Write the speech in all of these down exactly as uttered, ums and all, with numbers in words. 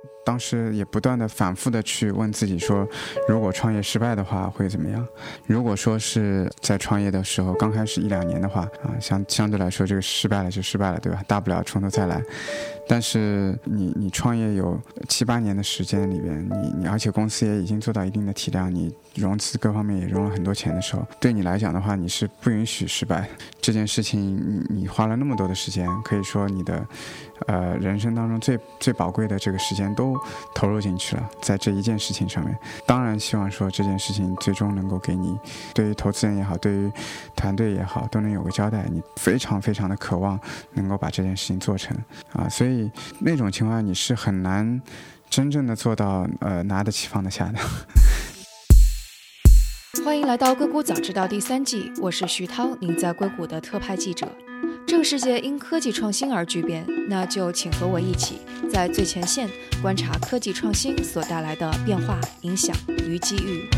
当时也不断的反复的去问自己说，如果创业失败的话会怎么样？如果说是在创业的时候刚开始一两年的话啊，相相对来说这个失败了就失败了，对吧？大不了从头再来。但是你你创业有七八年的时间里边，你你而且公司也已经做到一定的体量，你融资各方面也融了很多钱的时候，对你来讲的话，你是不允许失败这件事情。你你花了那么多的时间，可以说你的呃人生当中最最宝贵的这个时间都投入进去了，在这一件事情上面。当然希望说这件事情最终能够给你，对于投资人也好，对于团队也好，都能有个交代。你非常非常的渴望能够把这件事情做成啊，所以那种情况你是很难真正的做到呃拿得起放得下的。 欢迎来到硅谷早知道第三季，我是徐涛，您在硅谷的特派记者。这个世界因科技创新而巨变，那就请和我一起在最前线观察科技创新所带来的变化、影响与机遇。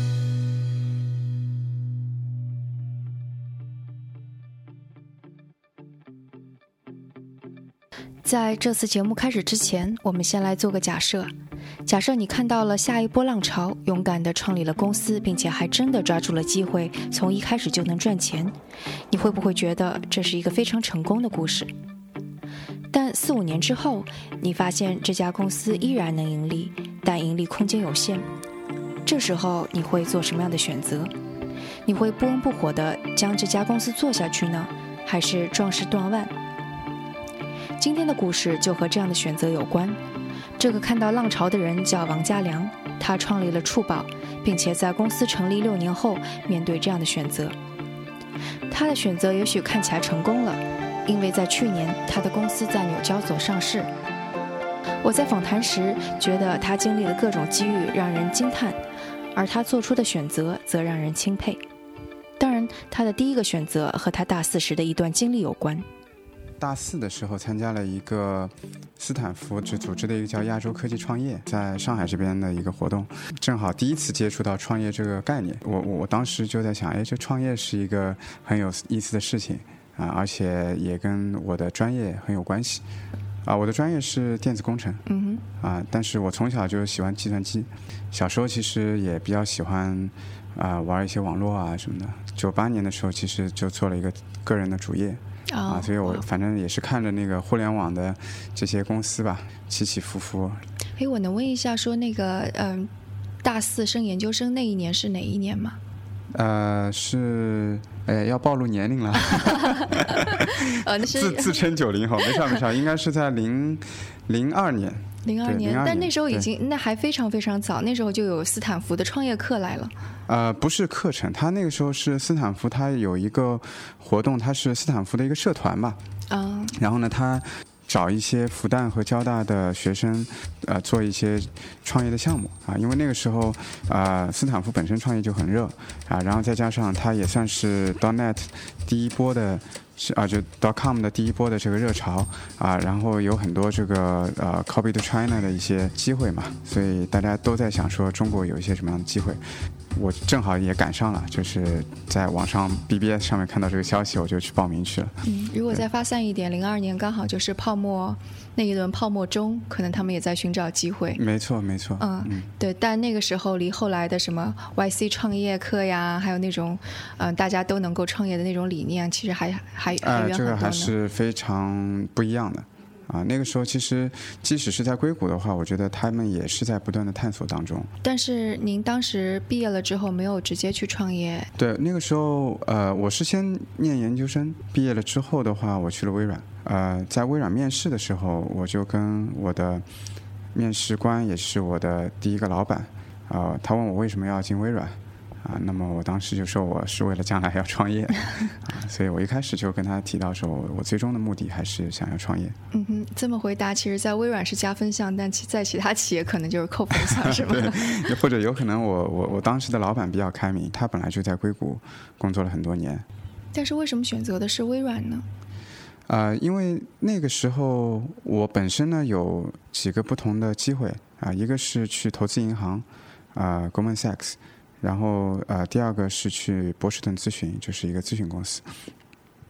在这次节目开始之前，我们先来做个假设。假设你看到了下一波浪潮，勇敢地创立了公司，并且还真的抓住了机会，从一开始就能赚钱，你会不会觉得这是一个非常成功的故事？但四五年之后，你发现这家公司依然能盈利，但盈利空间有限。这时候你会做什么样的选择？你会不温不火地将这家公司做下去呢，还是壮士断腕？今天的故事就和这样的选择有关。这个看到浪潮的人叫王家良，他创立了触宝，并且在公司成立六年后面对这样的选择。他的选择也许看起来成功了，因为在去年他的公司在纽交所上市。我在访谈时觉得他经历了各种机遇让人惊叹，而他做出的选择则让人钦佩。当然，他的第一个选择和他大四时的一段经历有关。 大四的时候参加了一个斯坦福组织的一个叫亚洲科技创业，在上海这边的一个活动，正好第一次接触到创业这个概念。我我当时就在想，哎，这创业是一个很有意思的事情啊，而且也跟我的专业很有关系啊。我的专业是电子工程， 嗯哼， 啊，但是我从小就喜欢计算机，小时候其实也比较喜欢啊玩一些网络啊什么的。九八年的时候，其实就做了一个个人的主业。 Oh, 啊，所以我反正也是看着那个互联网的这些公司吧，起起伏伏。 哎，我能问一下，说那个嗯、呃，大四升研究生那一年是哪一年吗？ 呃，是，哎，要暴露年龄了。 呃，那是自自称九零后，没事没事，应该是在零零二年。 零二年，但那时候已经那还非常非常早，那时候就有斯坦福的创业课来了。 呃，不是课程，他那个时候是斯坦福，他有一个活动，他是斯坦福的一个社团吧。 啊、uh 。 然后呢，他找一些复旦和交大的学生，呃，做一些创业的项目啊。因为那个时候，呃，斯坦福本身创业就很热啊，然后再加上它也算是 .net 第一波的。是啊，就 .com 的第一波的这个热潮啊，然后有很多这个呃 copy to China 的一些机会嘛，所以大家都在想说中国有一些什么样的机会。我正好也赶上了，就是在网上 B B S 上面看到这个消息，我就去报名去了。 嗯，如果再发散一点，零二年刚好就是泡沫那一轮泡沫中，可能他们也在寻找机会。 没错，没错。 嗯，嗯对。但那个时候离后来的什么 Y C 创业课呀，还有那种嗯、呃、大家都能够创业的那种理念，其实还还还远很多呢。 呃，这个还是非常不一样的。啊，那个时候其实即使是在硅谷的话，我觉得他们也是在不断的探索当中。 但是您当时毕业了之后没有直接去创业？ 对，那个时候呃，我是先念研究生，毕业了之后的话，我去了微软。呃，在微软面试的时候，我就跟我的面试官，也是我的第一个老板，啊、呃，他问我为什么要进微软。啊，那么我当时就说我是为了将来要创业，啊，所以我一开始就跟他提到说，我最终的目的还是想要创业。 嗯哼，这么回答，其实在微软是加分项，但其在其他企业可能就是扣分项，是吗？ 对，或者有可能我我我当时的老板比较开明，他本来就在硅谷工作了很多年。 但是为什么选择的是微软呢？ 呃，因为那个时候我本身呢有几个不同的机会啊，一个是去投资银行，啊 Goldman Sachs。然后呃，第二个是去波士顿咨询，就是一个咨询公司。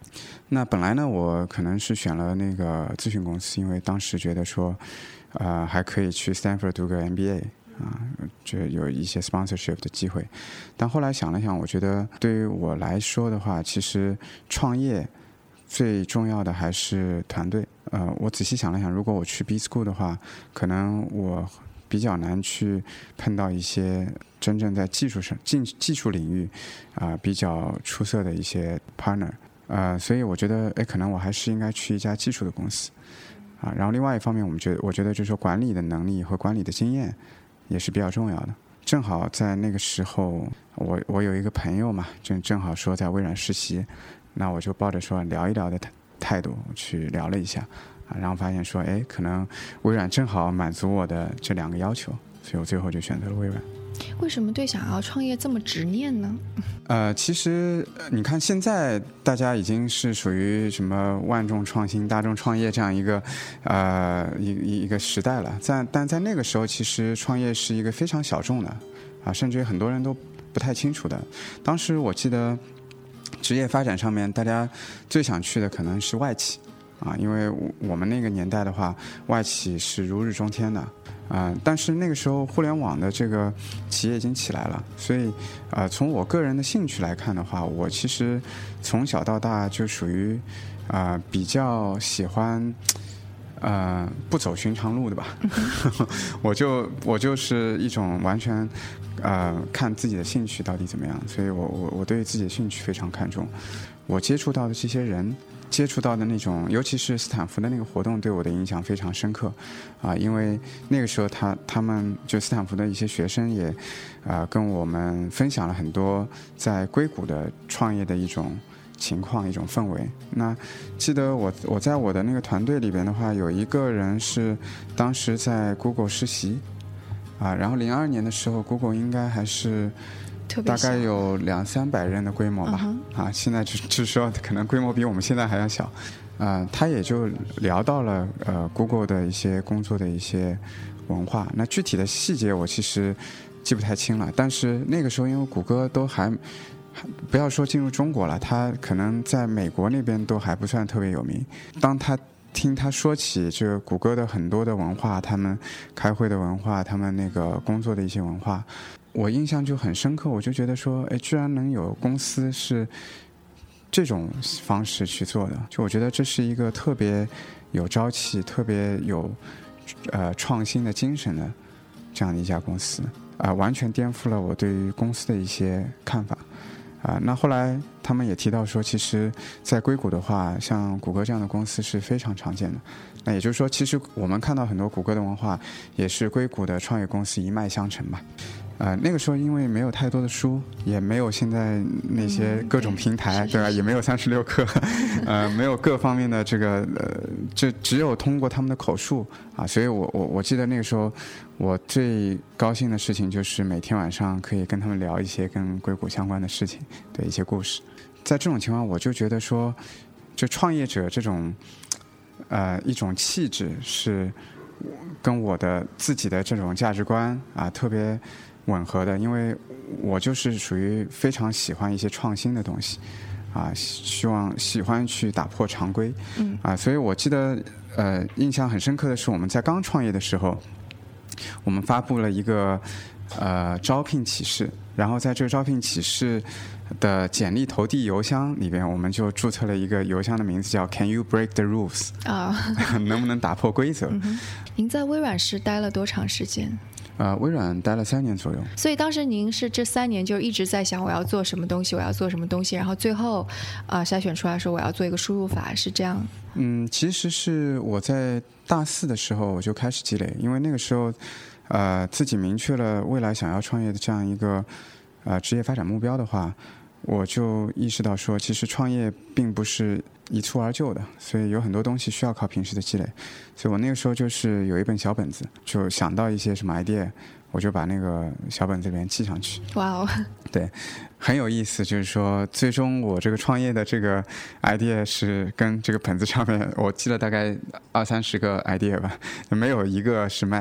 那本来呢，我可能是选了那个咨询公司，因为当时觉得说，呃，还可以去 Stanford 读个 M B A 啊，就有一些 sponsorship 的机会。但后来想了想，我觉得对于我来说的话，其实创业最重要的还是团队。呃，我仔细想了想，如果我去 B School 的话，可能我比较难去碰到一些真正在技术上、技技术领域啊、呃、比较出色的一些 partner。呃，所以我觉得，哎，可能我还是应该去一家技术的公司，啊，然后另外一方面，我们觉得，我觉得就是说管理的能力和管理的经验也是比较重要的。正好在那个时候，我我有一个朋友嘛，正正好说在微软实习，那我就抱着说聊一聊的态度去聊了一下，啊，然后发现说，哎，可能微软正好满足我的这两个要求，所以我最后就选择了微软。 为什么对想要创业这么执念呢？ 呃，其实你看，现在大家已经是属于什么万众创新、大众创业这样一个呃一一个时代了。在但在那个时候，其实创业是一个非常小众的啊，甚至于很多人都不太清楚的。当时我记得职业发展上面，大家最想去的可能是外企啊，因为我们那个年代的话，外企是如日中天的。啊、呃，但是那个时候互联网的这个企业已经起来了，所以呃，从我个人的兴趣来看的话，我其实从小到大就属于啊、呃、比较喜欢呃不走寻常路的吧，我就我就是一种完全呃看自己的兴趣到底怎么样，所以我我我对自己的兴趣非常看重，我接触到的这些人。接触到的那种，尤其是斯坦福的那个活动，对我的影响非常深刻，啊，因为那个时候他他们就斯坦福的一些学生也，啊，跟我们分享了很多在硅谷的创业的一种情况、一种氛围。那记得我我在我的那个团队里边的话，有一个人是当时在 Google 实习，啊，然后零二年的时候 ，Google 应该还是。大概有两三百人的规模吧， uh-huh. 啊，现在就就是说可能规模比我们现在还要小，呃，他也就聊到了呃 Google 的一些工作的一些文化，那具体的细节我其实记不太清了，但是那个时候因为谷歌都还不要说进入中国了，他可能在美国那边都还不算特别有名，当他听他说起这个谷歌的很多的文化，他们开会的文化，他们那个工作的一些文化，我印象就很深刻，我就觉得说，哎，居然能有公司是这种方式去做的，就我觉得这是一个特别有朝气、特别有呃创新的精神的这样的一家公司，啊、呃，完全颠覆了我对于公司的一些看法。啊、呃，那后来他们也提到说，其实，在硅谷的话，像谷歌这样的公司是非常常见的。那也就是说，其实我们看到很多谷歌的文化，也是硅谷的创业公司一脉相承嘛。呃，那个时候因为没有太多的书，也没有现在那些各种平台，嗯、对, 对吧？也没有三十六课，呃，没有各方面的这个呃，就只有通过他们的口述啊。所以我我我记得那个时候，我最高兴的事情就是每天晚上可以跟他们聊一些跟硅谷相关的事情的一些故事。在这种情况，我就觉得说，就创业者这种呃一种气质是跟我的自己的这种价值观啊特别吻合的，因为我就是属于非常喜欢一些创新的东西，啊，希望喜欢去打破常规，嗯，啊，所以我记得呃印象很深刻的是我们在刚创业的时候，我们发布了一个呃招聘启事，然后在这个招聘启事的简历投递邮箱里边，我们就注册了一个邮箱的名字叫 Can you break the rules？ 啊，能不能打破规则？ 嗯、您在微软是待了多长时间？ 呃，微软待了三年左右。 所以当时您是这三年就一直在想我要做什么东西，我要做什么东西，然后最后啊、呃、筛选出来说我要做一个输入法，是这样？ 嗯，其实是我在大四的时候我就开始积累，因为那个时候呃自己明确了未来想要创业的这样一个呃职业发展目标的话，我就意识到说其实创业并不是一蹴而就的，所以有很多东西需要靠平时的积累，所以我那个时候就是有一本小本子，就想到一些什么 idea， 我就把那个小本子里面记上去。 哇哦， 对，很有意思，就是说最终我这个创业的这个 idea 是跟这个本子上面我记了大概二三十个 idea 吧，没有一个是 match 的。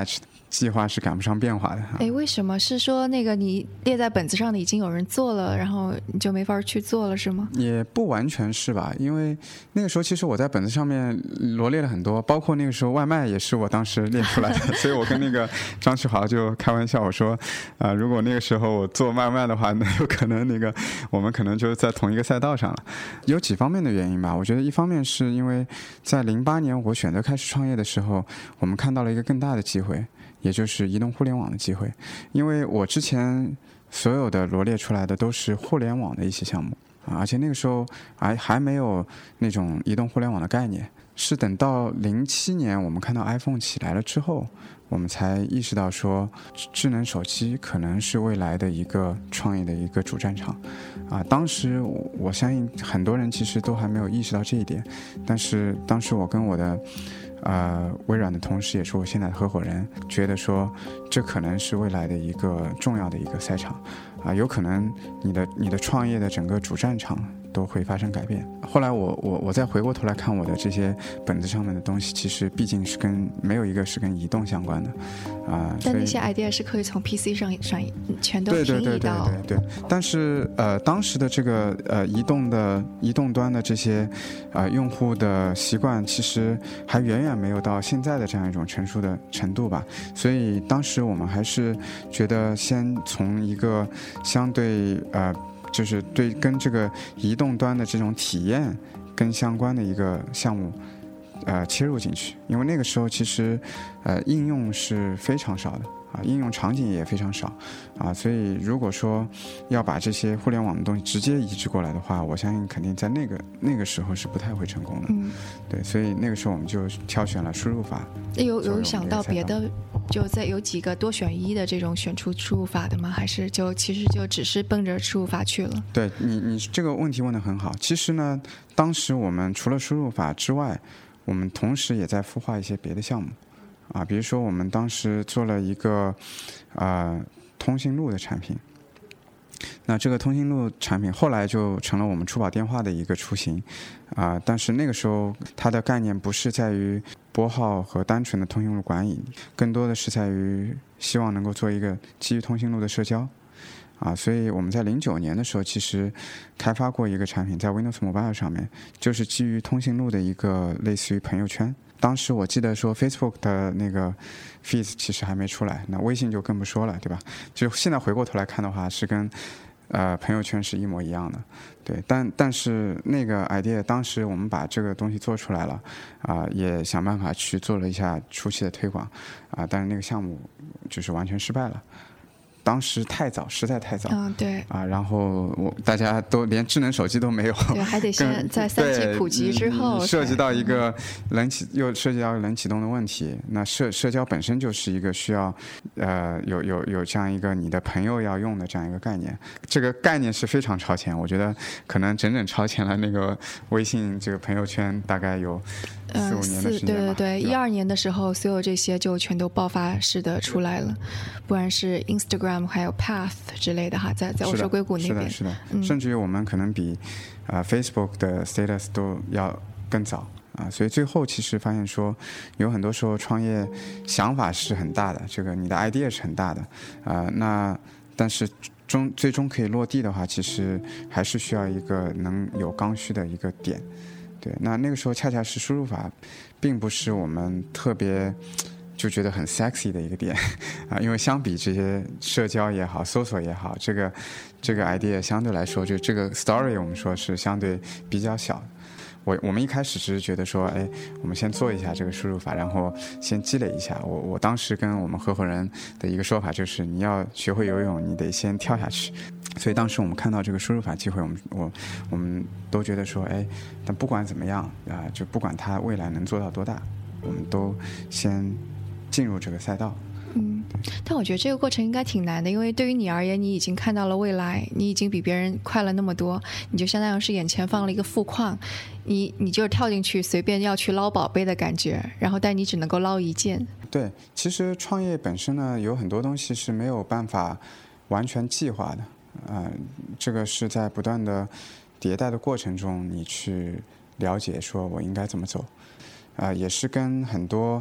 计划是赶不上变化的。 哎，为什么？是说那个你列在本子上的已经有人做了，然后你就没法去做了是吗？ 也不完全是吧，因为那个时候其实我在本子上面罗列了很多，包括那个时候外卖也是我当时列出来的所以我跟那个张志豪就开玩笑，我说啊、呃，如果那个时候我做外卖的话，那有可能那个我们可能就在同一个赛道上了。有几方面的原因吧，我觉得一方面是因为在零八年我选择开始创业的时候，我们看到了一个更大的机会，也就是移动互联网的机会。因为我之前所有的罗列出来的都是互联网的一些项目啊，而且那个时候还还没有那种移动互联网的概念，是等到零七年我们看到 iPhone 起来了之后，我们才意识到说智能手机可能是未来的一个创业的一个主战场啊。当时我相信很多人其实都还没有意识到这一点，但是当时我跟我的呃，微软的同事也是我现在的合伙人，觉得说这可能是未来的一个重要的一个赛场啊，有可能你的你的创业的整个主战场都会发生改变。后来我我我再回过头来看我的这些本子上面的东西，其实毕竟是跟没有一个是跟移动相关的啊。 但那些 idea 是可以从 P C 上上全都平移到。对对对对对对。但是呃，当时的这个呃移动的移动端的这些啊、呃、用户的习惯，其实还远远没有到现在的这样一种成熟的程度吧。所以当时我们还是觉得先从一个相对呃。就是对跟这个移动端的这种体验更相关的一个项目呃切入进去，因为那个时候其实呃应用是非常少的啊，应用场景也非常少啊，所以如果说要把这些互联网的东西直接移植过来的话，我相信肯定在那个那个时候是不太会成功的。 嗯， 对，所以那个时候我们就挑选了输入法。 有有想到别的，就在有几个多选一的这种选出输入法的吗？还是就其实就只是奔着输入法去了？ 对你，你这个问题问得很好。其实呢，当时我们除了输入法之外，我们同时也在孵化一些别的项目。啊，比如说我们当时做了一个呃通讯录的产品，那这个通讯录产品后来就成了我们触保电话的一个雏形啊、呃，但是那个时候它的概念不是在于拨号和单纯的通讯录管理，更多的是在于希望能够做一个基于通讯录的社交啊，所以我们在零九年的时候其实开发过一个产品在 Windows Mobile 上面，就是基于通讯录的一个类似于朋友圈。当时我记得说 Facebook 的那个 feed 其实还没出来，那微信就更不说了，对吧？就现在回过头来看的话，是跟呃朋友圈是一模一样的，对。但但是那个 idea 当时我们把这个东西做出来了啊、呃，也想办法去做了一下初期的推广啊、呃，但是那个项目就是完全失败了。当时太早，实在太早。 嗯，对。 啊，然后我大家都连智能手机都没有。 对，还得先在三 G 普及之后。 涉及到一个冷启，又涉及到冷启动的问题。那社社交本身就是一个需要，呃，有有有这样一个你的朋友要用的这样一个概念。这个概念是非常超前，我觉得可能整整超前了那个微信这个朋友圈，大概有四五年的时间吧。 对对对，一二年的时候，所有这些就全都爆发式的出来了，不然是 Instagram 还有 Path 之类的哈，在在欧洲硅谷那边， 是的，是的，嗯、甚至于我们可能比呃 Facebook 的 status 都要更早啊，所以最后其实发现说，有很多时候创业想法是很大的，这个你的 idea 是很大的啊、呃，那但是终最终可以落地的话，其实还是需要一个能有刚需的一个点。对，那那个时候恰恰是输入法，并不是我们特别就觉得很 sexy 的一个点啊，因为相比这些社交也好、搜索也好，这个这个 idea 相对来说，就这个 story 我们说是相对比较小的。我我们一开始只是觉得说，哎，我们先做一下这个输入法，然后先积累一下。我我当时跟我们合伙人的一个说法就是，你要学会游泳，你得先跳下去。所以当时我们看到这个输入法机会，我们我我们都觉得说，哎，但不管怎么样啊、呃，就不管它未来能做到多大，我们都先进入这个赛道。 嗯，但我觉得这个过程应该挺难的，因为对于你而言，你已经看到了未来，你已经比别人快了那么多，你就相当于是眼前放了一个富矿，你你就是跳进去随便要去捞宝贝的感觉，然后但你只能够捞一件。 对，其实创业本身呢，有很多东西是没有办法完全计划的，呃，这个是在不断的迭代的过程中，你去了解说我应该怎么走，呃，也是跟很多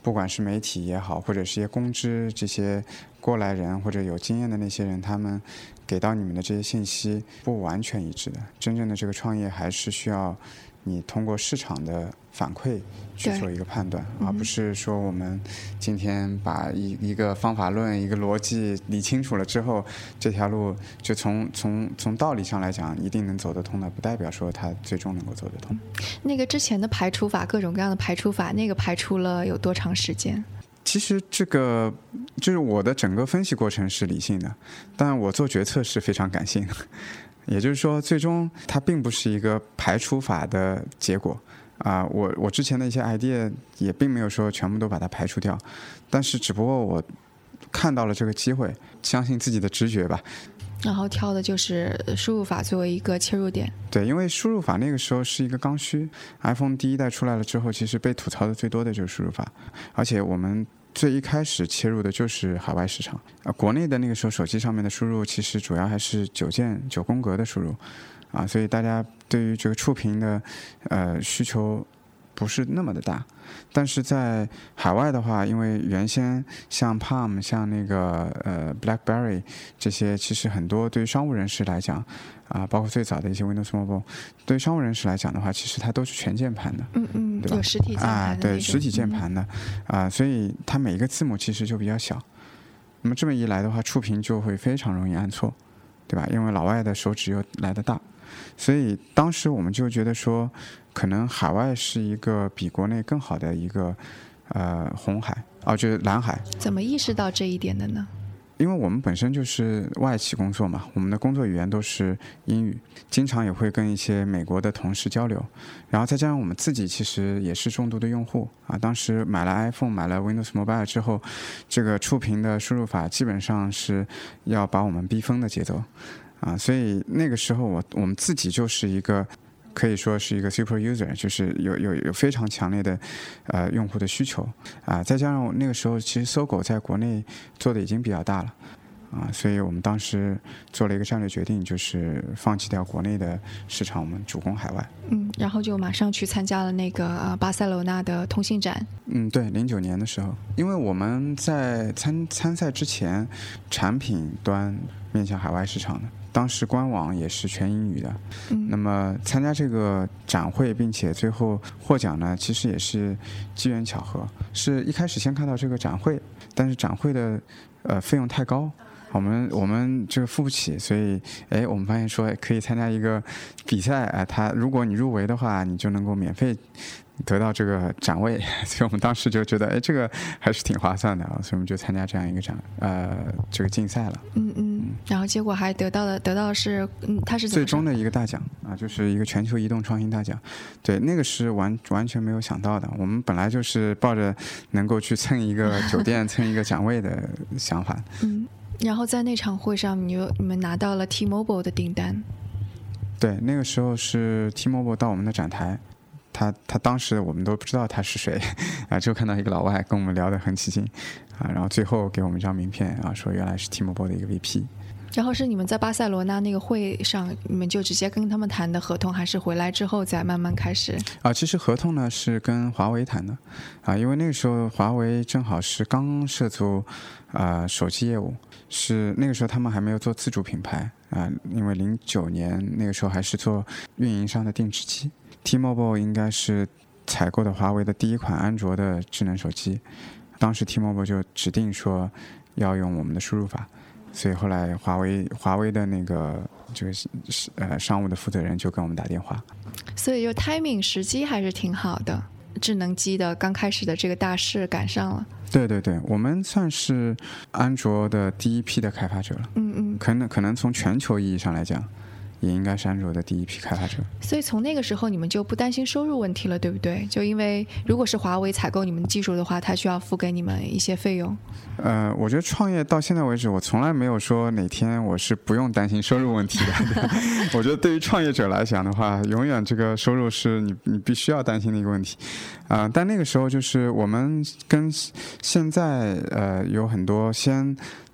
不管是媒体也好，或者是一些公知这些过来人或者有经验的那些人，他们给到你们的这些信息不完全一致的。真正的这个创业还是需要你通过市场的反馈去做一个判断，而不是说我们今天把一一个方法论一个逻辑理清楚了之后，这条路就从从从道理上来讲一定能走得通的，不代表说它最终能够走得通。 那个之前的排除法，各种各样的排除法，那个排除了有多长时间？ 其实这个就是我的整个分析过程是理性的，但我做决策是非常感性的。也就是说，最终它并不是一个排除法的结果啊、呃。我我之前的一些 idea 也并没有说全部都把它排除掉，但是只不过我看到了这个机会，相信自己的直觉吧。 然后挑的就是输入法作为一个切入点。 对，因为输入法那个时候是一个刚需 ，iPhone 第一代出来了之后，其实被吐槽的最多的就是输入法，而且我们最一开始切入的就是海外市场，呃，国内的那个时候手机上面的输入其实主要还是九键九宫格的输入，啊，所以大家对于这个触屏的呃需求不是那么的大。但是在海外的话，因为原先像 Palm 像那个呃 BlackBerry 这些，其实很多对于商务人士来讲啊，包括最早的一些 Windows Mobile， 对于商务人士来讲的话，其实它都是全键盘的， 嗯嗯， 对吧？ 有实体键盘的啊，对， 那种实体键盘的啊，所以它每一个字母其实就比较小。那么这么一来的话，触屏就会非常容易按错，对吧？因为老外的手指又来得大，所以当时我们就觉得说，可能海外是一个比国内更好的一个呃红海啊，就是蓝海。 怎么意识到这一点的呢？ 因为我们本身就是外企工作嘛，我们的工作语言都是英语，经常也会跟一些美国的同事交流，然后再加上我们自己其实也是重度的用户啊。当时买了 iPhone 买了 Windows Mobile 之后，这个触屏的输入法基本上是要把我们逼疯的节奏啊，所以那个时候我我们自己就是一个可以说是一个 super user， 就是有有有非常强烈的呃用户的需求啊，再加上那个时候其实搜狗在国内做的已经比较大了啊，所以我们当时做了一个战略决定，就是放弃掉国内的市场，我们主攻海外。 嗯，然后就马上去参加了那个呃巴塞罗那的通信展。 嗯，对，零九年的时候，因为我们在参参赛之前，产品端面向海外市场的。当时官网也是全英语的， 嗯， 那么参加这个展会，并且最后获奖呢，其实也是机缘巧合。是一开始先看到这个展会，但是展会的呃费用太高，我们我们这个付不起，所以哎，我们发现说可以参加一个比赛啊，它如果你入围的话，你就能够免费得到这个展位，所以我们当时就觉得哎，这个还是挺划算的啊，所以我们就参加这样一个展呃这个竞赛了。 嗯嗯，然后结果还得到了得到的是嗯，他是怎么最终的一个大奖啊，就是一个全球移动创新大奖。对，那个是完完全没有想到的。我们本来就是抱着能够去蹭一个酒店蹭一个展位的想法。 嗯，然后在那场会上，你又你们拿到了 T-Mobile 的订单。 对，那个时候是 T-Mobile 到我们的展台。他他当时我们都不知道他是谁啊，就看到一个老外跟我们聊得很起劲啊，然后最后给我们一张名片啊，说原来是 T-Mobile 的一个 V P。 然后是你们在巴塞罗那那个会上，你们就直接跟他们谈的合同，还是回来之后再慢慢开始？ 啊，其实合同呢是跟华为谈的啊，因为那个时候华为正好是刚涉足啊手机业务，是那个时候他们还没有做自主品牌啊，因为零九年那个时候还是做运营商的定制机。T-Mobile 应该是采购的华为的第一款安卓的智能手机，当时 T-Mobile 就指定说要用我们的输入法，所以后来华为华为的那个这个呃商务的负责人就跟我们打电话， 所以就 timing 时机还是挺好的，智能机的刚开始的这个大势赶上了。 对对对，我们算是安卓的第一批的开发者了。 嗯嗯， 可能可能从全球意义上来讲，也应该是安卓的第一批开发者。 所以从那个时候你们就不担心收入问题了，对不对？就因为如果是华为采购你们的技术的话，它需要付给你们一些费用。 呃，我觉得创业到现在为止，我从来没有说哪天我是不用担心收入问题的。我觉得对于创业者来讲的话，永远这个收入是你你必须要担心的一个问题。啊、呃，但那个时候就是我们跟现在呃有很多先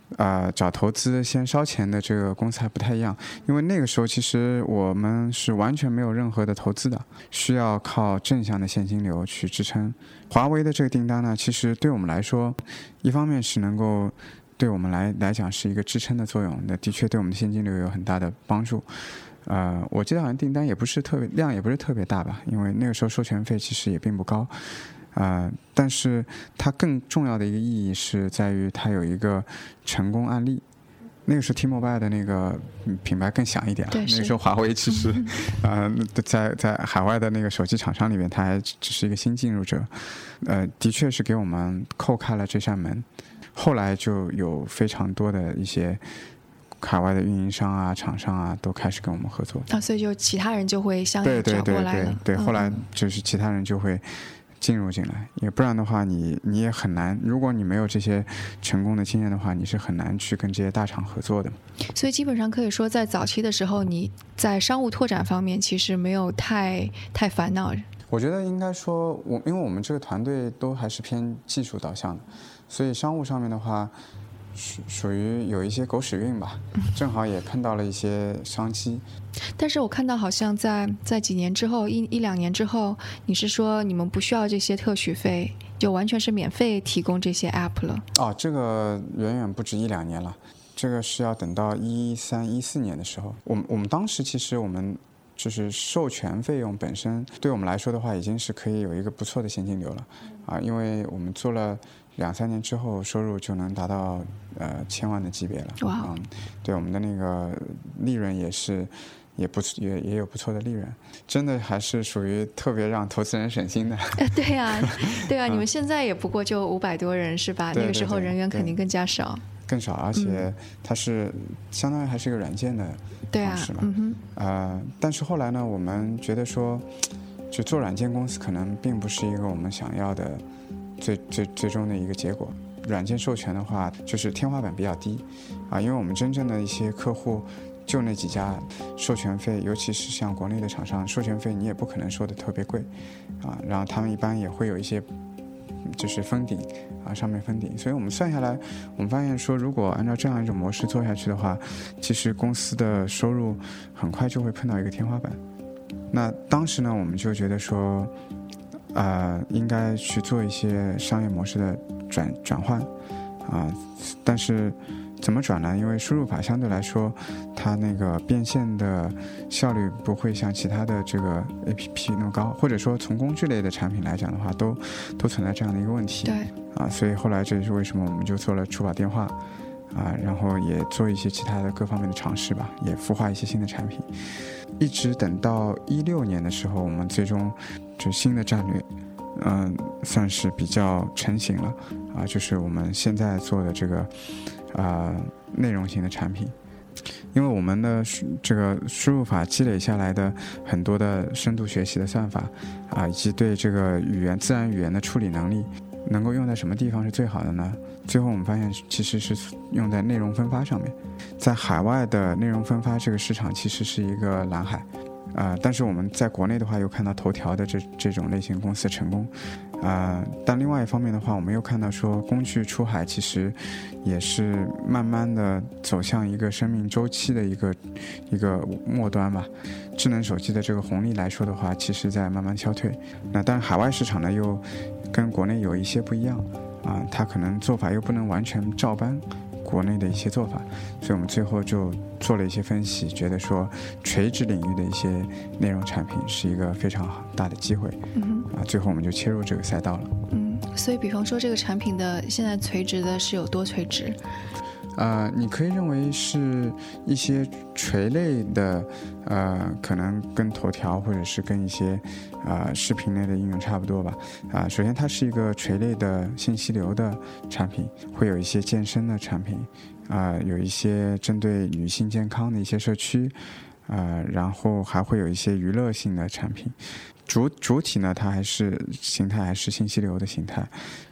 呃，找投资先烧钱的这个公司还不太一样，因为那个时候其实我们是完全没有任何的投资的，需要靠正向的现金流去支撑。华为的这个订单呢，其实对我们来说，一方面是能够对我们来来讲是一个支撑的作用，那的确对我们的现金流有很大的帮助。呃，我记得好像订单也不是特别量也不是特别大吧，因为那个时候授权费其实也并不高。呃，但是它更重要的一个意义是在于它有一个成功案例。那个时候 T-Mobile 的那个品牌更响一点了，那个时候华为其实，呃，在在海外的那个手机厂商里面，它还只是一个新进入者，呃，的确是给我们叩开了这扇门。后来就有非常多的一些海外的运营商啊、厂商啊都开始跟我们合作啊，所以就其他人就会相应找过来了。 对对对对对， 嗯、 后来就是其他人就会进入进来，也不然的话你你也很难，如果你没有这些成功的经验的话，你是很难去跟这些大厂合作的。 所以基本上可以说，在早期的时候，你在商务拓展方面其实没有太太烦恼。 我觉得应该说，我因为我们这个团队都还是偏技术导向的，所以商务上面的话，属属于有一些狗屎运吧，正好也碰到了一些商机。 但是我看到好像在在几年之后，一一两年之后，你是说你们不需要这些特许费，就完全是免费提供这些 app 了？ 哦，这个远远不止一两年了，这个是要等到一三一四年的时候。我们我们当时其实我们就是授权费用本身，对我们来说的话，已经是可以有一个不错的现金流了啊，因为我们做了两三年之后，收入就能达到呃千万的级别了。 哇、 嗯，对，我们的那个利润也是也不也也有不错的利润，真的还是属于特别让投资人省心的。 对呀、啊，对啊，你们现在也不过就五百多人是吧？ 对对对， 那个时候人员肯定更加少。 更少，而且它是、嗯、相当于还是一个软件的方式嘛。 对啊，嗯哼。 呃，但是后来呢，我们觉得说，就做软件公司可能并不是一个我们想要的最最最终的一个结果。软件授权的话，就是天花板比较低啊，因为我们真正的一些客户就那几家，授权费，尤其是像国内的厂商，授权费你也不可能收的特别贵啊，然后他们一般也会有一些就是封顶啊，上面封顶，所以我们算下来，我们发现说，如果按照这样一种模式做下去的话，其实公司的收入很快就会碰到一个天花板。那当时呢，我们就觉得说，呃，应该去做一些商业模式的转转换啊，但是怎么转呢？因为输入法相对来说，它那个变现的效率不会像其他的这个 A P P 那么高，或者说从工具类的产品来讲的话，都都存在这样的一个问题。 对啊，所以后来这也是为什么我们就做了触保电话啊，然后也做一些其他的各方面的尝试吧，也孵化一些新的产品，一直等到一六年的时候，我们最终就新的战略，嗯、呃，算是比较成型了啊，就是我们现在做的这个。啊、呃，内容型的产品，因为我们的这个输入法积累下来的很多的深度学习的算法啊，以及对这个语言自然语言的处理能力，能够用在什么地方是最好的呢？最后我们发现其实是用在内容分发上面，在海外的内容分发这个市场其实是一个蓝海。啊、呃，但是我们在国内的话，又看到头条的这这种类型公司的成功，啊、呃，但另外一方面的话，我们又看到说，工具出海其实也是慢慢的走向一个生命周期的一个一个末端吧。智能手机的这个红利来说的话，其实在慢慢消退。那但是海外市场呢，又跟国内有一些不一样啊、呃，它可能做法又不能完全照搬国内的一些做法，所以我们最后就做了一些分析，觉得说垂直领域的一些内容产品是一个非常大的机会，嗯啊，最后我们就切入这个赛道了。 嗯，所以比方说这个产品的现在垂直的是有多垂直？ 呃，你可以认为是一些垂类的，呃，可能跟头条或者是跟一些呃视频类的应用差不多吧。啊、呃，首先它是一个垂类的信息流的产品，会有一些健身的产品，啊、呃，有一些针对女性健康的一些社区，呃，然后还会有一些娱乐性的产品。主主体呢，它还是形态还是信息流的形态。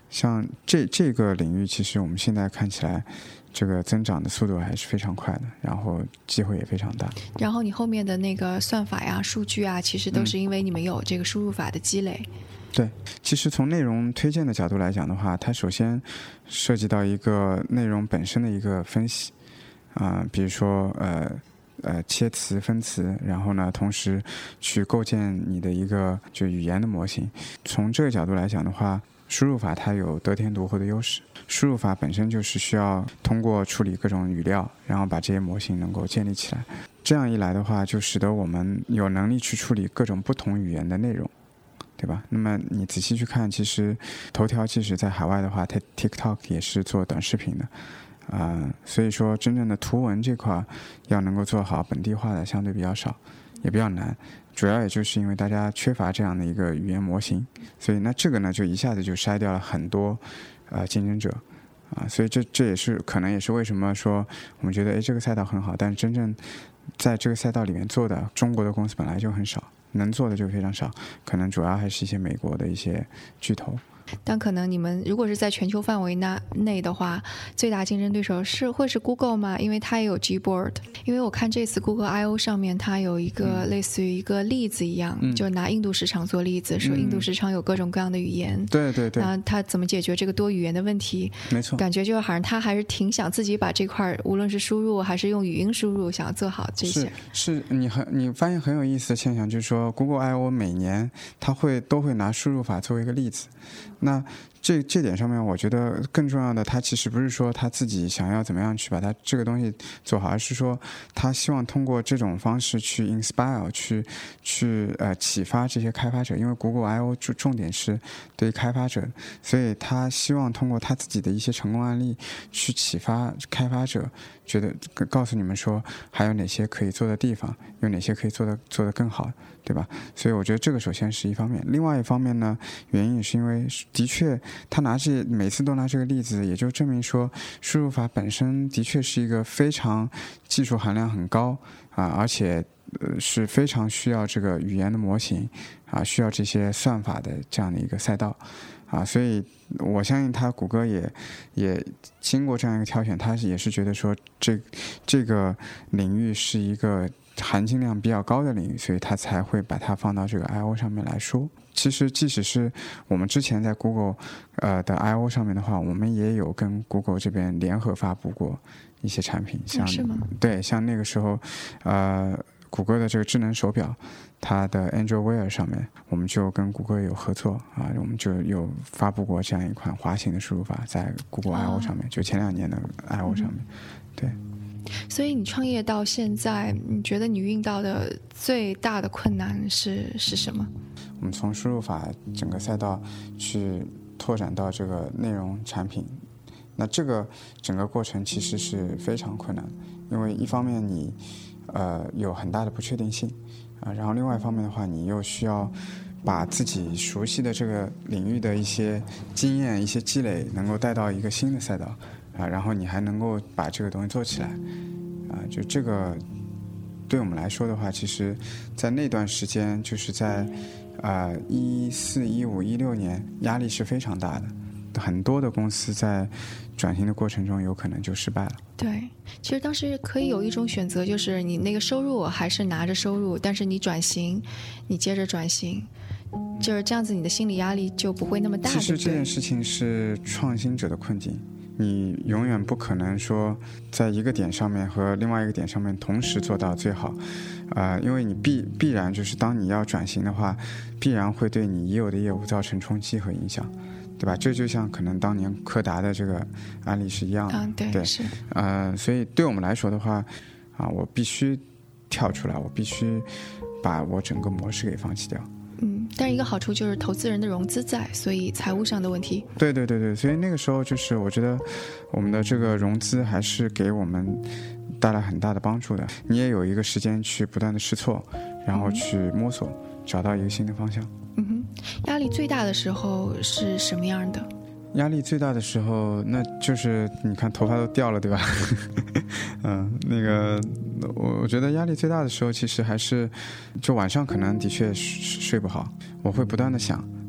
像这这个领域，其实我们现在看起来这个增长的速度还是非常快的，然后机会也非常大。 然后你后面的那个算法呀、数据啊，其实都是因为你们有这个输入法的积累。 嗯、对，其实从内容推荐的角度来讲的话，它首先涉及到一个内容本身的一个分析啊、呃，比如说呃呃切词分词，然后呢同时去构建你的一个就语言的模型。从这个角度来讲的话，输入法它有得天独厚的优势。输入法本身就是需要通过处理各种语料，然后把这些模型能够建立起来。这样一来的话，就使得我们有能力去处理各种不同语言的内容，对吧？那么你仔细去看，其实头条即使在海外的话，它 TikTok 也是做短视频的啊、呃，所以说真正的图文这块要能够做好本地化的相对比较少，也比较难。主要也就是因为大家缺乏这样的一个语言模型，所以那这个呢就一下子就筛掉了很多呃竞争者啊，所以这这也是可能也是为什么说我们觉得哎这个赛道很好，但是真正在这个赛道里面做的中国的公司本来就很少，能做的就非常少，可能主要还是一些美国的一些巨头。 但可能你们如果是在全球范围内的话，最大竞争对手是会是 Google 吗？因为它也有 Gboard。因为我看这次 Google I O 上面它有一个类似于一个例子一样，嗯、就拿印度市场做例子，说印度市场有各种各样的语言，嗯、 对对对， 那它怎么解决这个多语言的问题？ 没错， 感觉就好像他还是挺想自己把这块无论是输入还是用语音输入，想要做好这些。 是，是你很你发现很有意思的现象，就是说 Google I O 每年它会都会拿输入法作为一个例子。那这这点上面，我觉得更重要的，他其实不是说他自己想要怎么样去把它这个东西做好，而是说他希望通过这种方式去 inspire， 去去呃启发这些开发者。因为 Google I O 重重点是对于开发者，所以他希望通过他自己的一些成功案例去启发开发者，觉得告诉你们说还有哪些可以做的地方，有哪些可以做的做得更好，对吧？所以我觉得这个首先是一方面。另外一方面呢，原因也是因为的确他拿这每次都拿这个例子，也就证明说输入法本身的确是一个非常技术含量很高啊，而且呃是非常需要这个语言的模型啊，需要这些算法的这样的一个赛道啊，所以我相信他谷歌也也经过这样一个挑选，他也是觉得说这这个领域是一个含金量比较高的领域，所以他才会把它放到这个 I O 上面来说。其实即使是我们之前在 Google 呃的 I O 上面的话，我们也有跟 Google 这边联合发布过一些产品，像、 哦、是吗？ 对，像那个时候呃谷歌的这个智能手表，它的 Android Wear 上面，我们就跟谷歌有合作啊，我们就有发布过这样一款滑行的输入法在 Google I O 上面，哦、就前两年的 I O 上面，嗯、对。 所以你创业到现在，你觉得你遇到的最大的困难是是什么？ 我们从输入法整个赛道去拓展到这个内容产品，那这个整个过程其实是非常困难，因为一方面你呃有很大的不确定性啊，然后另外一方面的话，你又需要把自己熟悉的这个领域的一些经验、一些积累，能够带到一个新的赛道啊，然后你还能够把这个东西做起来啊，就这个对我们来说的话，其实在那段时间，就是在呃一四、一五、一六年，压力是非常大的，很多的公司在转型的过程中有可能就失败了。 对，其实当时可以有一种选择，就是你那个收入还是拿着收入，但是你转型，你接着转型，就是这样子，你的心理压力就不会那么大。 其实这件事情是创新者的困境，你永远不可能说在一个点上面和另外一个点上面同时做到最好，呃，因为你必必然就是当你要转型的话，必然会对你已有的业务造成冲击和影响，对吧？这就像可能当年柯达的这个案例是一样的， 嗯，对， 对， 是， 呃，所以对我们来说的话，啊，我必须跳出来，我必须把我整个模式给放弃掉。 嗯，但是一个好处就是投资人的融资在，所以财务上的问题。 对对对对，所以那个时候就是我觉得我们的这个融资还是给我们带来很大的帮助的。你也有一个时间去不断的试错，然后去摸索，嗯、找到一个新的方向。 嗯哼，压力最大的时候是什么样的？ 压力最大的时候，那就是你看头发都掉了，对吧？嗯，那个我我觉得压力最大的时候，其实还是就晚上可能的确睡不好，我会不断的想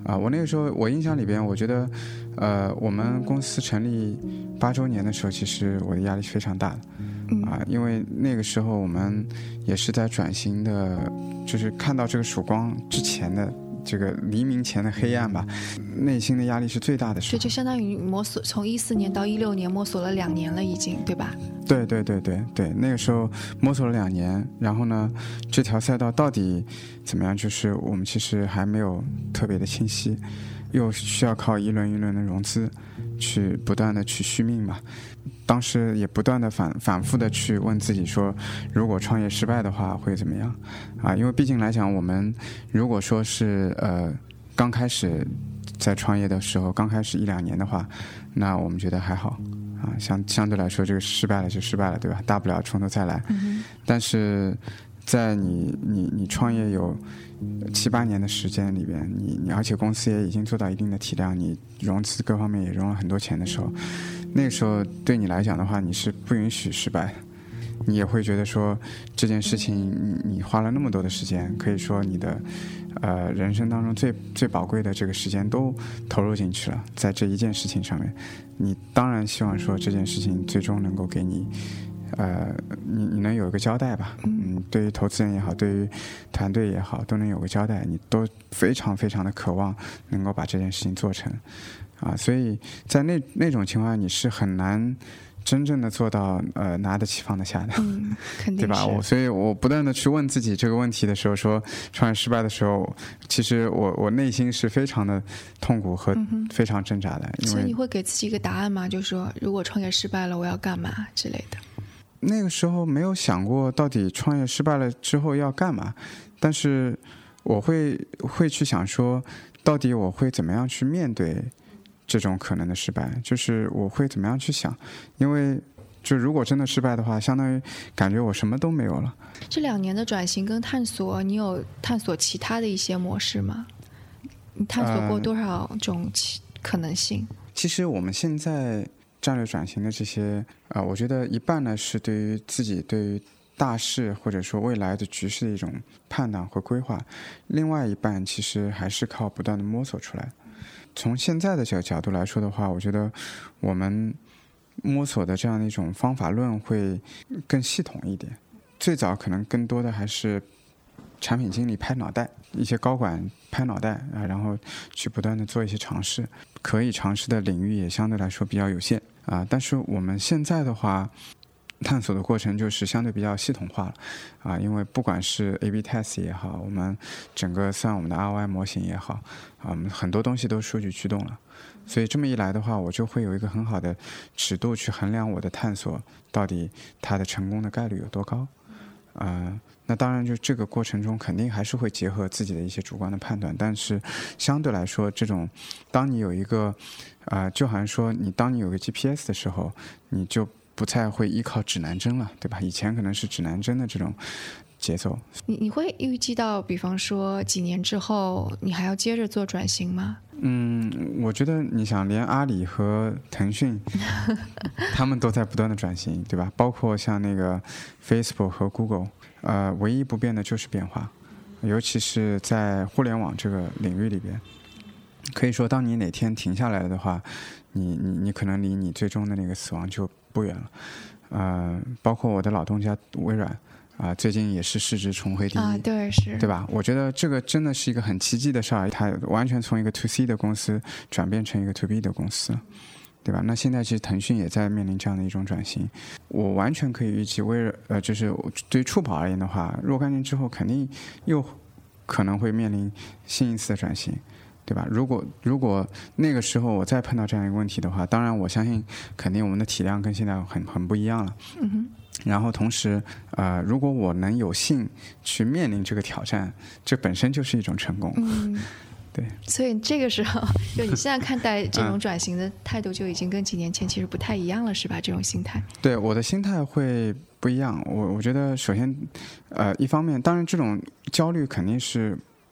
啊，我那个时候我印象里边，我觉得，呃，我们公司成立八周年的时候，其实我的压力是非常大的，啊，因为那个时候我们也是在转型的，就是看到这个曙光之前的这个黎明前的黑暗吧，内心的压力是最大的时候。 这就相当于摸索，从一四年到一六年摸索了两年了，已经，对吧？ 对对对对对，那个时候摸索了两年，然后呢，这条赛道到底怎么样，就是我们其实还没有特别的清晰，又需要靠一轮一轮的融资，去不断的去续命嘛。当时也不断的反反复的去问自己说，如果创业失败的话会怎么样？啊，因为毕竟来讲，我们如果说是呃刚开始在创业的时候，刚开始一两年的话，那我们觉得还好。啊，相相对来说，这个失败了就失败了，对吧？大不了从头再来。 嗯、 但是，在你你你创业有七八年的时间里边，你你而且公司也已经做到一定的体量，你融资各方面也融了很多钱的时候，那个时候对你来讲的话，你是不允许失败的。你也会觉得说这件事情你你花了那么多的时间，可以说你的呃人生当中最最宝贵的这个时间都投入进去了，在这一件事情上面，你当然希望说这件事情最终能够给你呃你你能有一个交代吧，嗯，对于投资人也好，对于团队也好，都能有个交代，你都非常非常的渴望能够把这件事情做成啊，所以在那那种情况下你是很难真正的做到呃拿得起放得下的， 嗯，肯定是， 对吧？我所以我不断的去问自己这个问题的时候，说创业失败的时候，其实我我内心是非常的痛苦和非常挣扎的。因为所以你会给自己一个答案吗？就是说，如果创业失败了，我要干嘛之类的？ 那个时候没有想过到底创业失败了之后要干嘛，但是我会会去想说，到底我会怎么样去面对这种可能的失败，就是我会怎么样去想，因为就如果真的失败的话，相当于感觉我什么都没有了。 这两年的转型跟探索，你有探索其他的一些模式吗？你探索过多少种可能性？ 呃、其实我们现在战略转型的这些，呃，我觉得一半呢是对于自己对于大势或者说未来的局势的一种判断和规划，另外一半其实还是靠不断的摸索出来。从现在的这个角度来说的话，我觉得我们摸索的这样的一种方法论会更系统一点。最早可能更多的还是产品经理拍脑袋，一些高管拍脑袋啊，然后去不断的做一些尝试，可以尝试的领域也相对来说比较有限啊。但是我们现在的话，探索的过程就是相对比较系统化了啊，因为不管是 A B test 也好，我们整个算我们的 R O I 模型也好啊，我们很多东西都数据驱动了，所以这么一来的话，我就会有一个很好的尺度去衡量我的探索到底它的成功的概率有多高啊、呃。那当然就这个过程中肯定还是会结合自己的一些主观的判断，但是相对来说，这种当你有一个啊、呃，就好像说你当你有个 G P S 的时候，你就不再会依靠指南针了，对吧？以前可能是指南针的这种节奏。 你你会预计到，比方说几年之后，你还要接着做转型吗？ 嗯，我觉得你想，连阿里和腾讯，他们都在不断的转型，对吧？包括像那个 Facebook 和 Google， 呃，唯一不变的就是变化，尤其是在互联网这个领域里边，可以说，当你哪天停下来了的话，你你你可能离你最终的那个死亡就不远了，呃，包括我的老东家微软啊、呃，最近也是市值重回第一， 啊，对，是， 对吧？我觉得这个真的是一个很奇迹的事儿，它完全从一个 to C 的公司转变成一个 to B 的公司，对吧？那现在其实腾讯也在面临这样的一种转型，我完全可以预计微软，呃，就是对于触跑而言的话，若干年之后肯定又可能会面临新一次的转型。对吧？如果如果那个时候我再碰到这样一个问题的话，当然我相信肯定我们的体量跟现在很很不一样了。 嗯哼。 然后同时，呃，如果我能有幸去面临这个挑战，这本身就是一种成功。 嗯， 对。 所以这个时候，就你现在看待这种转型的态度，就已经跟几年前其实不太一样了，是吧？这种心态。 对，我的心态会不一样。我我觉得首先，呃，一方面，当然这种焦虑肯定是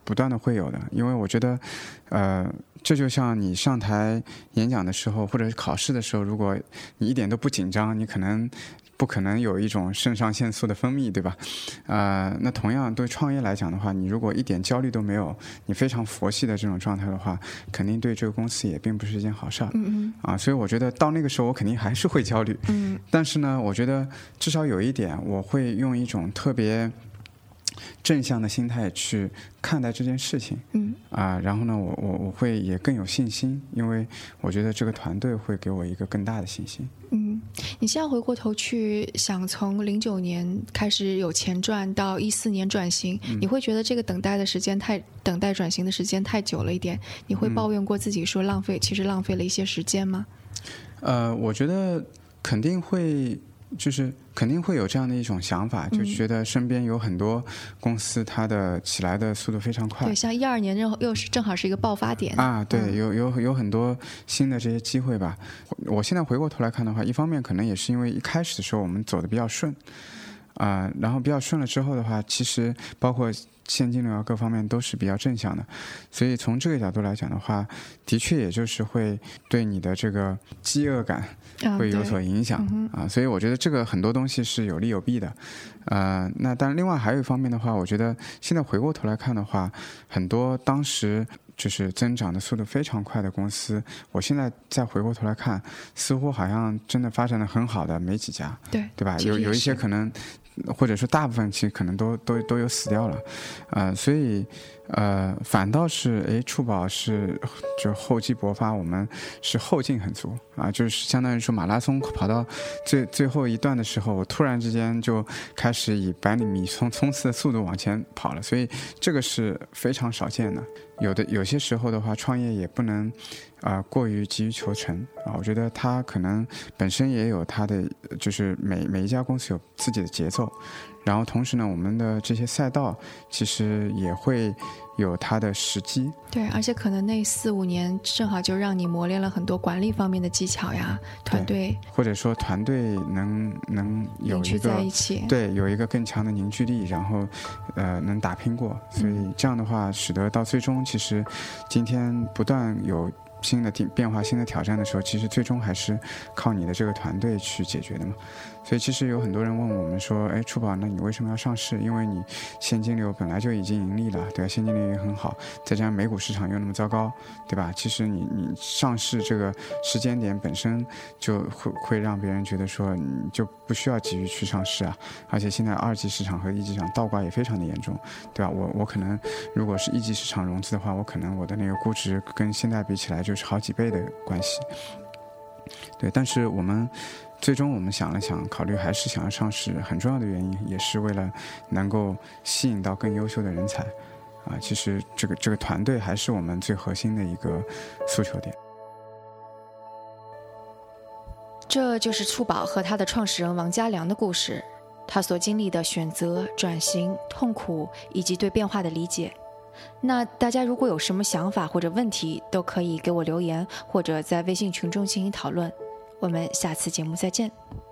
不断的会有的，因为我觉得，呃，这就像你上台演讲的时候，或者是考试的时候，如果你一点都不紧张，你可能不可能有一种肾上腺素的分泌，对吧？呃，那同样对创业来讲的话，你如果一点焦虑都没有，你非常佛系的这种状态的话，肯定对这个公司也并不是一件好事儿。 嗯嗯。 啊，所以我觉得到那个时候，我肯定还是会焦虑。 嗯。 但是呢，我觉得至少有一点，我会用一种特别正向的心态去看待这件事情。 嗯。 啊，然后呢，我我我会也更有信心，因为我觉得这个团队会给我一个更大的信心。 嗯，你现在回过头去想，从零九年开始有钱赚到一四年转型，嗯，你会觉得这个等待的时间太等待转型的时间太久了一点？你会抱怨过自己说浪费，嗯，其实浪费了一些时间吗？ 呃，我觉得肯定会。就是肯定会有这样的一种想法，就觉得身边有很多公司，它的起来的速度非常快。 对，像一二年又又是正好是一个爆发点啊，对， 嗯、 有有有很多新的这些机会吧。我现在回过头来看的话，一方面可能也是因为一开始的时候我们走的比较顺，啊、呃，然后比较顺了之后的话，其实包括现金流啊各方面都是比较正向的，所以从这个角度来讲的话，的确也就是会对你的这个饥饿感会有所影响、 嗯、 啊，所以我觉得这个很多东西是有利有弊的，呃，那但另外还有一方面的话，我觉得现在回过头来看的话，很多当时就是增长的速度非常快的公司，我现在再回过头来看，似乎好像真的发展的很好的没几家， 对对吧？有有一些可能。或者说大部分其实可能都都都有死掉了，呃，所以呃，反倒是哎，触宝是就厚积薄发，我们是后劲很足啊，就是相当于说马拉松跑到最最后一段的时候，我突然之间就开始以百米冲冲刺的速度往前跑了，所以这个是非常少见的。有的有些时候的话，创业也不能啊、呃、过于急于求成啊，我觉得它可能本身也有它的，就是每每一家公司有自己的节奏，然后同时呢，我们的这些赛道其实也会有它的时机。 对，而且可能那四五年正好就让你磨练了很多管理方面的技巧呀，团队或者说团队能能有一个在一起， 对，有一个更强的凝聚力，然后呃能打拼过，所以这样的话，使得到最终其实今天不断有新的变化、新的挑战的时候，其实最终还是靠你的这个团队去解决的嘛。所以其实有很多人问我们说，哎，触宝，那你为什么要上市？因为你现金流本来就已经盈利了，对吧？现金流也很好，再加上美股市场又那么糟糕，对吧？其实你你上市这个时间点本身就会会让别人觉得说，你就不需要急于去上市啊。而且现在二级市场和一级市场倒挂也非常的严重，对吧？我我可能如果是一级市场融资的话，我可能我的那个估值跟现在比起来就是好几倍的关系。对，但是我们最终我们想了想，考虑还是想要上市，很重要的原因也是为了能够吸引到更优秀的人才啊。其实这个这个团队还是我们最核心的一个诉求点。 这就是触宝和他的创始人王家良的故事，他所经历的选择、转型、痛苦以及对变化的理解。那大家如果有什么想法或者问题，都可以给我留言，或者在微信群中进行讨论。我们下次节目再见。